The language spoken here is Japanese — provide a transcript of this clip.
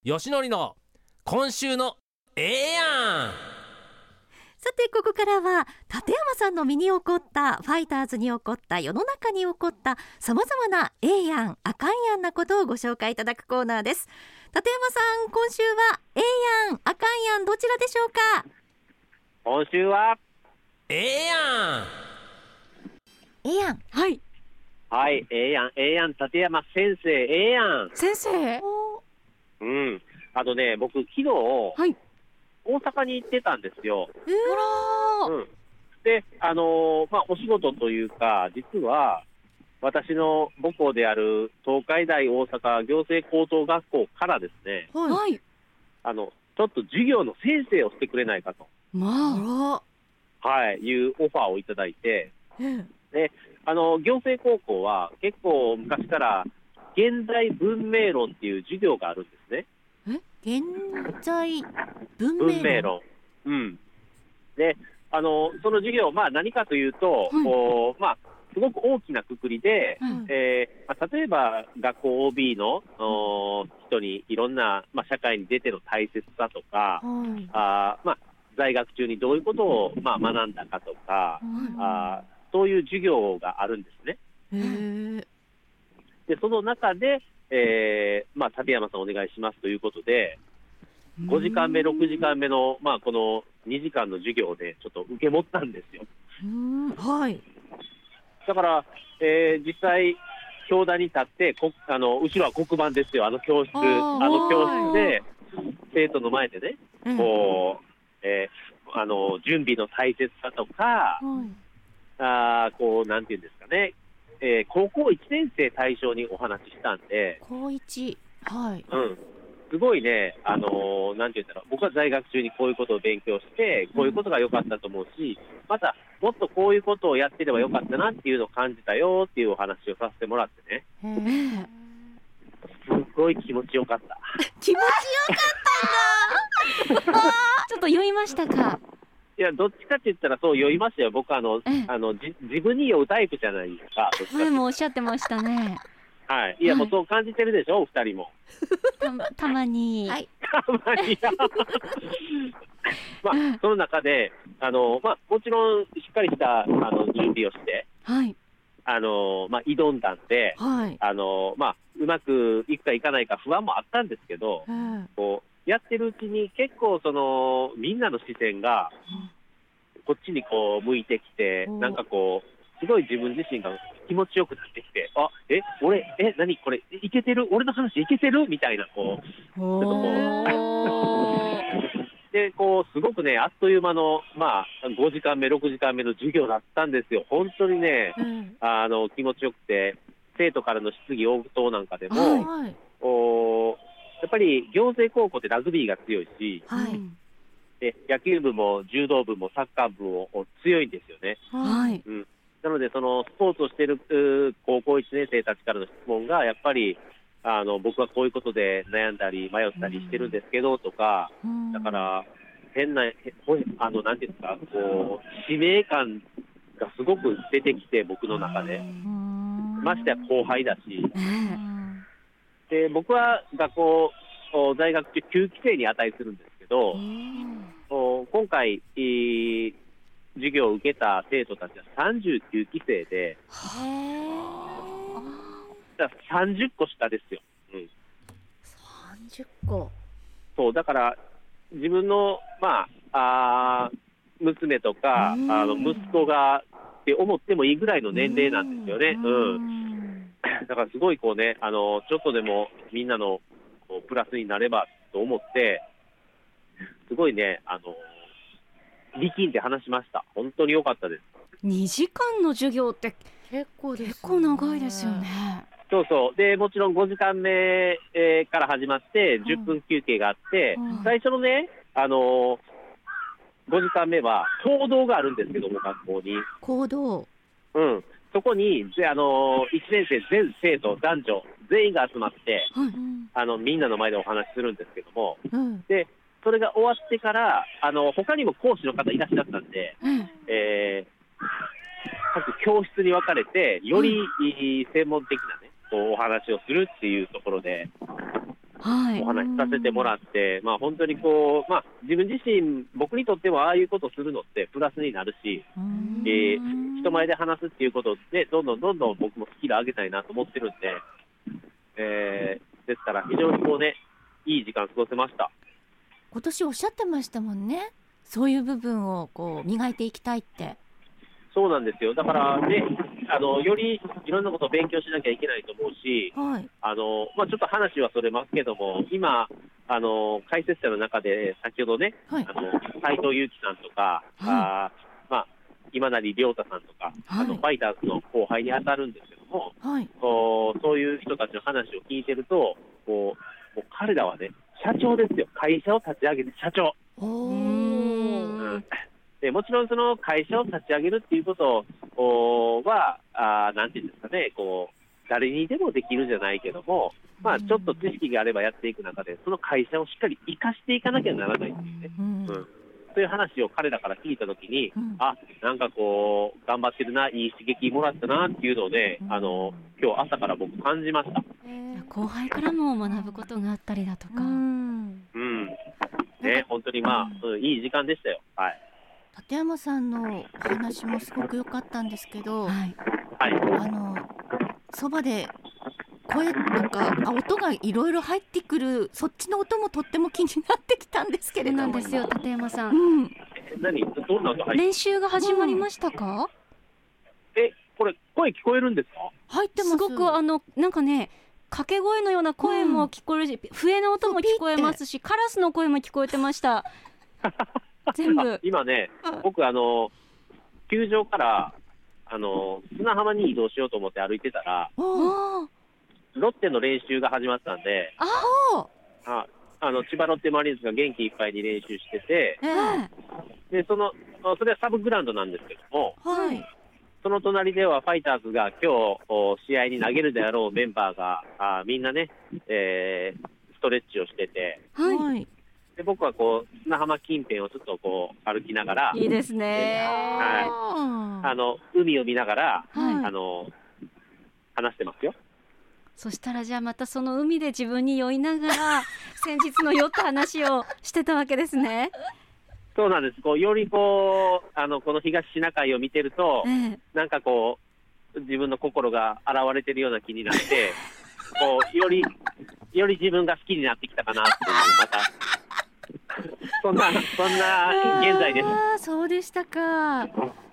よしのりの今週のええやん。 さてここからは立山さんの身に起こったファイターズに起こった世の中に起こったさまざまなええやんあかんやんなことをご紹介いただくコーナーです。立山さん、今週はええやんあかんやんどちらでしょうか？ 今週はええやん。 ええやん。 はい、ええやん立山先生、ええやん。 先生。 僕昨日、 はい。 大阪に行ってたんですよ。 あらー。 で、お仕事というか、実は私の母校である東海大大阪行政高等学校からですね、 はい。 ちょっと授業の先生をしてくれないかと、 まあ。 いうオファーをいただいて、で、行政高校は結構昔から現代文明論っていう授業があるんですね。 現在文文明論。 明論。で、その授業、何かというと、すごく大きな括りで、例えば学校 OB の人にいろんな、社会に出ての大切さとか、在学中にどういうことを、学んだかとか、そういう授業があるんですね。で、その中で、立山さんお願いしますということで、5時間目、6時間目の、この2時間の授業でちょっと受け持ったんですよ。だから、実際、教壇に立って、後ろは黒板ですよ、教室で、生徒の前でね、準備の大切さとか、なんていうんですかね、高校1年生対象にお話ししたんで、 高一。 すごいね、なんていうんだろう、僕は在学中にこういうことを勉強して、こういうことが良かったと思うし、また、もっとこういうことをやってればよかったなっていうのを感じたよっていうお話をさせてもらってね、すごい気持ちよかった。 気持ちよかったんだちょっと酔いましたか？ いや、どっちかって言ったらそう酔いましたよ。僕自分に酔うタイプじゃないですか。 前もおっしゃってましたね。 いや、もうそう感じてるでしょ、お二人も。 たまに。 たまに。その中で、もちろんしっかりした準備をして、挑んだんで、うまくいくかいかないか不安もあったんですけど、やってるうちに結構みんなの視線がこっちに向いてきて、すごい自分自身が気持ちよくなってきて、何これいけてる、俺の話いけてるみたいな、ちょっとですごくね、あっという間の5時間目、6時間目の授業だったんですよ。本当にね、気持ちよくて、生徒からの質疑応答なんかでも、やっぱり行政高校ってラグビーが強いし、で野球部も柔道部もサッカー部も強いんですよね。なので、そのスポーツをしている高校1年生たちからの質問が、やっぱり僕はこういうことで悩んだり迷ったりしてるんですけどとか、だから変な、なんていうんですか、使命感がすごく出てきて、僕の中で。ましてや後輩だし。で、僕は在学中9期生に値するんですけど、今回、授業を受けた生徒たちは39期生で、30個下ですよ。 30個。 そう、だから、自分の、娘とか、息子がって思ってもいいぐらいの年齢なんですよね。だからすごいちょっとでもみんなのプラスになればと思って、すごいね、力んで話しました。本当に良かったです。 2時間の授業って結構長いですよね。 そうで、もちろん5時間目、から始まって10分休憩があって、最初のね、5時間目は講堂があるんですけども、学校に。 行動。 そこに1年生全生徒男女全員が集まって、みんなの前でお話しするんですけども、でそれが終わってから他にも講師の方いらっしゃったんで、各教室に分かれてより専門的なね、お話をするっていうところで、 お話しさせてもらって、本当にこう、自分自身、僕にとってはああいうことをするのってプラスになるし、人前で話すっていうことで、どんどん僕もスキル上げたいなと思ってるんで、ですから非常にこうね、いい時間過ごせました。 今年おっしゃってましたもんね。そういう部分をこう磨いていきたいって。 そうなんですよ。だからね、よりいろんなことを勉強しなきゃいけないと思うし、 はい、 ちょっと話はそれますけども、今、解説者の中で先ほどね、 はい、 斉藤佑樹さんとか、今成亮太さんとか、 はい、 ファイターズの後輩に当たるんですけども、 はい、 そういう人たちの話を聞いてると、もう彼らはね、社長ですよ。会社を立ち上げて社長。でもちろんその会社を立ち上げるっていうことは、なんていうんですかね、こう誰にでもできるじゃないけども、ちょっと知識があればやっていく中で、その会社をしっかり生かしていかなきゃならないんですね。そういう話を彼らから聞いたときに、なんかこう、頑張ってるな、いい刺激もらったなっていうので、今日朝から僕感じました。 後輩からも学ぶことがあったりだとか。 ね、本当にいい時間でしたよ。はい。 立山さんのお話もすごく良かったんですけど、そばで声とか音がいろいろ入ってくる、そっちの音もとっても気になってきたんですけれども。 そうなんですよ、立山さん。 どんな音入って練習が始まりましたか？ これ声聞こえるんですか？ 入ってます。 すごくなんかね、掛け声のような声も聞こえるし、笛の音も聞こえますし、カラスの声も聞こえてました。全部今ね、僕球場から砂浜に移動しようと思って歩いてたら、ロッテの練習が始まったんで、千葉ロッテマリーンズが元気いっぱいに練習してて、でそれはサブグラウンドなんですけども、その隣ではファイターズが今日試合に投げるであろうメンバーがみんなね、ストレッチをしてて、で僕はこう砂浜近辺をちょっとこう歩きながら、 いいですね、 海を見ながら、話してますよ。 そしたらじゃあまたその海で自分に酔いながら先日の酔った話をしてたわけですね。 そうなんです。よりこの東シナ海を見てると、なんかこう自分の心が現れてるような気になってより自分が好きになってきたかなっていう、またそんな現在です。 そうでしたか。